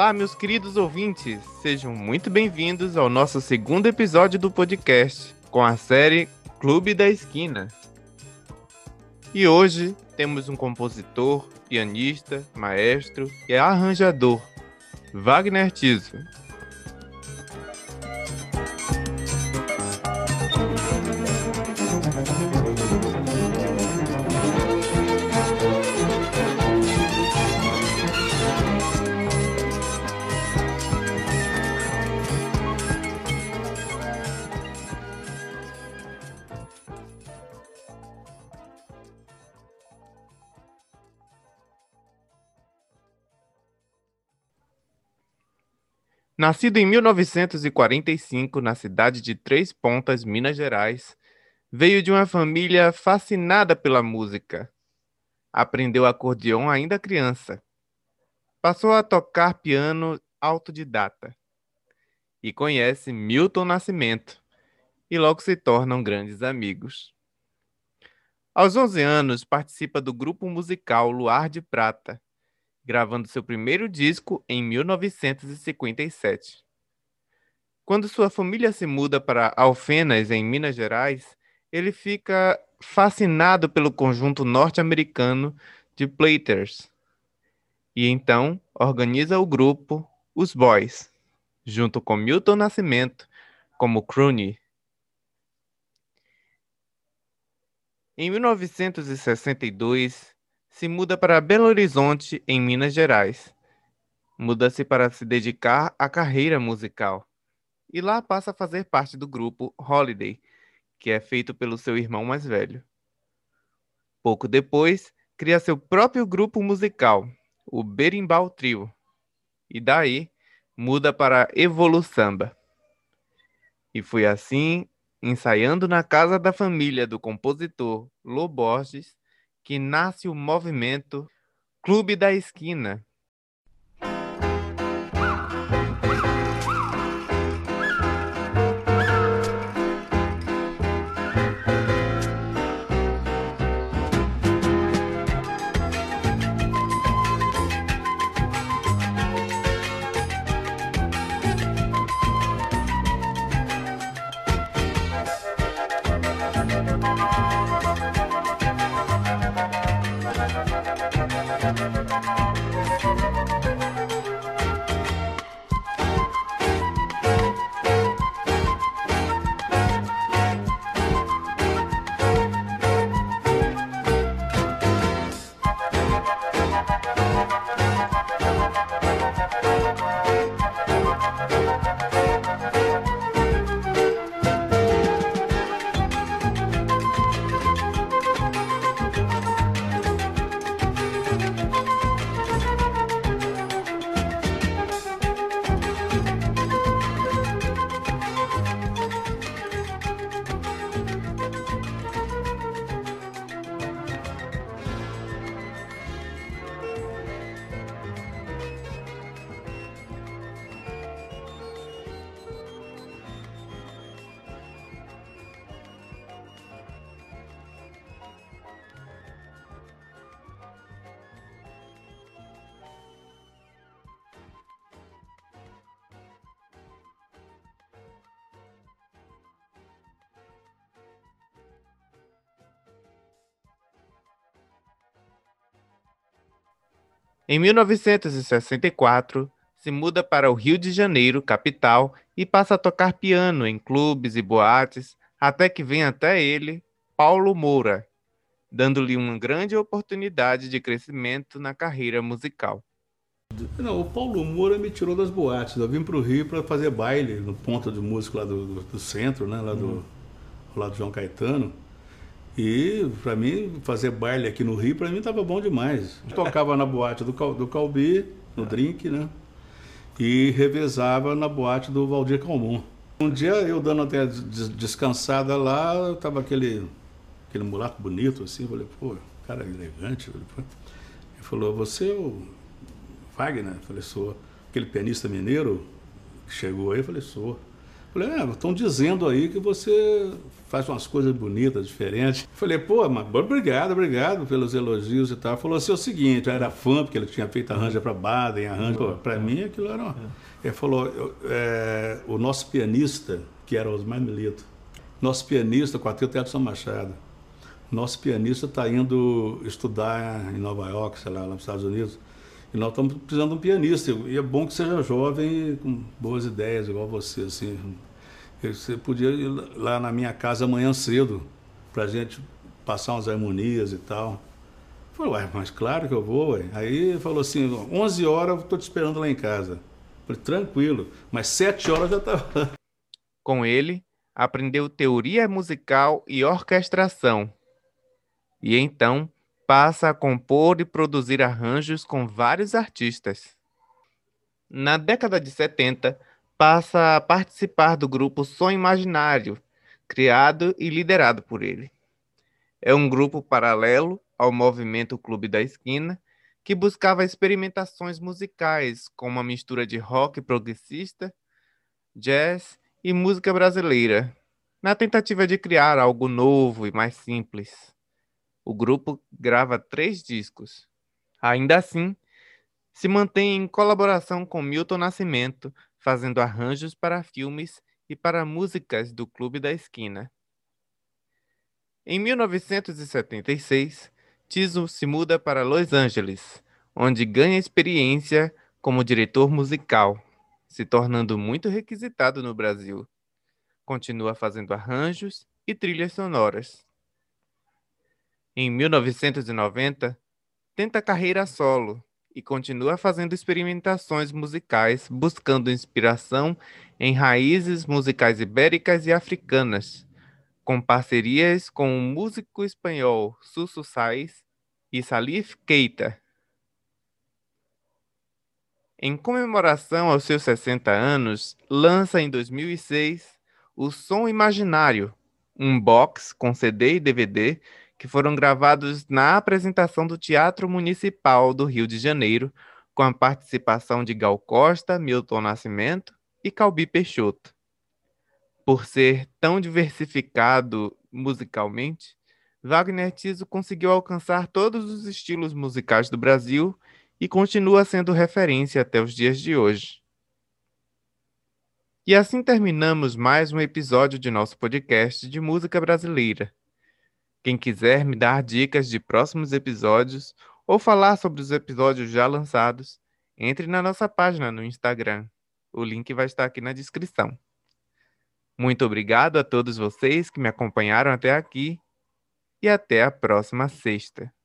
Olá, meus queridos ouvintes, sejam muito bem-vindos ao nosso segundo episódio do podcast, com a série Clube da Esquina. E hoje temos um compositor, pianista, maestro e arranjador, Wagner Tiso. Nascido em 1945 na cidade de Três Pontas, Minas Gerais, veio de uma família fascinada pela música. Aprendeu acordeon ainda criança. Passou a tocar piano autodidata. E conhece Milton Nascimento, e logo se tornam grandes amigos. Aos 11 anos, participa do grupo musical Luar de Prata, gravando seu primeiro disco em 1957. Quando sua família se muda para Alfenas, em Minas Gerais, ele fica fascinado pelo conjunto norte-americano de Platters e então organiza o grupo Os Boys, junto com Milton Nascimento como crooner. Em 1962, se muda para Belo Horizonte, em Minas Gerais. Muda-se para se dedicar à carreira musical. E lá passa a fazer parte do grupo Holiday, que é feito pelo seu irmão mais velho. Pouco depois, cria seu próprio grupo musical, o Berimbau Trio. E daí, muda para Evoluçamba. E foi assim, ensaiando na casa da família do compositor Lô Borges, que nasce o movimento Clube da Esquina. Em 1964, se muda para o Rio de Janeiro, capital, e passa a tocar piano em clubes e boates, até que vem até ele, Paulo Moura, dando-lhe uma grande oportunidade de crescimento na carreira musical. Não, o Paulo Moura me tirou das boates. Eu vim para o Rio para fazer baile no Ponto de Música lá do centro, né? Lá do João Caetano. E para mim, fazer baile aqui no Rio, para mim estava bom demais. Eu tocava na boate do Calbi, no Drink, né? E revezava na boate do Valdir Calmon. Um dia eu dando até descansada lá, tava aquele mulato bonito assim, eu falei, pô, cara elegante. Ele falou, você é o Wagner? Eu falei, sou. Aquele pianista mineiro que chegou aí, eu falei, sou. Falei, estão dizendo aí que você faz umas coisas bonitas, diferentes. Falei, pô, mas obrigado pelos elogios e tal. Falou assim, é o seguinte, eu era fã, porque ele tinha feito arranjo para Baden, arranjo. Pô, pra mim aquilo era... Ele falou, o nosso pianista, que era Osmar Milito, nosso pianista, Quarteto Teatro São Machado, nosso pianista está indo estudar em Nova York, sei lá nos Estados Unidos, e nós estamos precisando de um pianista. E é bom que seja jovem e com boas ideias, igual você, assim. Você podia ir lá na minha casa amanhã cedo, para a gente passar umas harmonias e tal. Eu falei, ué, mas claro que eu vou, ué. Aí ele falou assim, 11 horas eu estou te esperando lá em casa. Eu falei, tranquilo, mas 7 horas já estava lá. Com ele, aprendeu teoria musical e orquestração, e então passa a compor e produzir arranjos com vários artistas. Na década de 70, passa a participar do grupo Som Imaginário, criado e liderado por ele. É um grupo paralelo ao movimento Clube da Esquina, que buscava experimentações musicais com uma mistura de rock progressista, jazz e música brasileira, na tentativa de criar algo novo e mais simples. O grupo grava 3 discos. Ainda assim, se mantém em colaboração com Milton Nascimento, fazendo arranjos para filmes e para músicas do Clube da Esquina. Em 1976, Tiso se muda para Los Angeles, onde ganha experiência como diretor musical, se tornando muito requisitado no Brasil. Continua fazendo arranjos e trilhas sonoras. Em 1990, tenta carreira solo e continua fazendo experimentações musicais, buscando inspiração em raízes musicais ibéricas e africanas, com parcerias com o músico espanhol Suso Saiz e Salif Keita. Em comemoração aos seus 60 anos, lança em 2006 o Som Imaginário, um box com CD e DVD que foram gravados na apresentação do Teatro Municipal do Rio de Janeiro, com a participação de Gal Costa, Milton Nascimento e Calbi Peixoto. Por ser tão diversificado musicalmente, Wagner Tiso conseguiu alcançar todos os estilos musicais do Brasil e continua sendo referência até os dias de hoje. E assim terminamos mais um episódio de nosso podcast de música brasileira. Quem quiser me dar dicas de próximos episódios ou falar sobre os episódios já lançados, entre na nossa página no Instagram. O link vai estar aqui na descrição. Muito obrigado a todos vocês que me acompanharam até aqui e até a próxima sexta.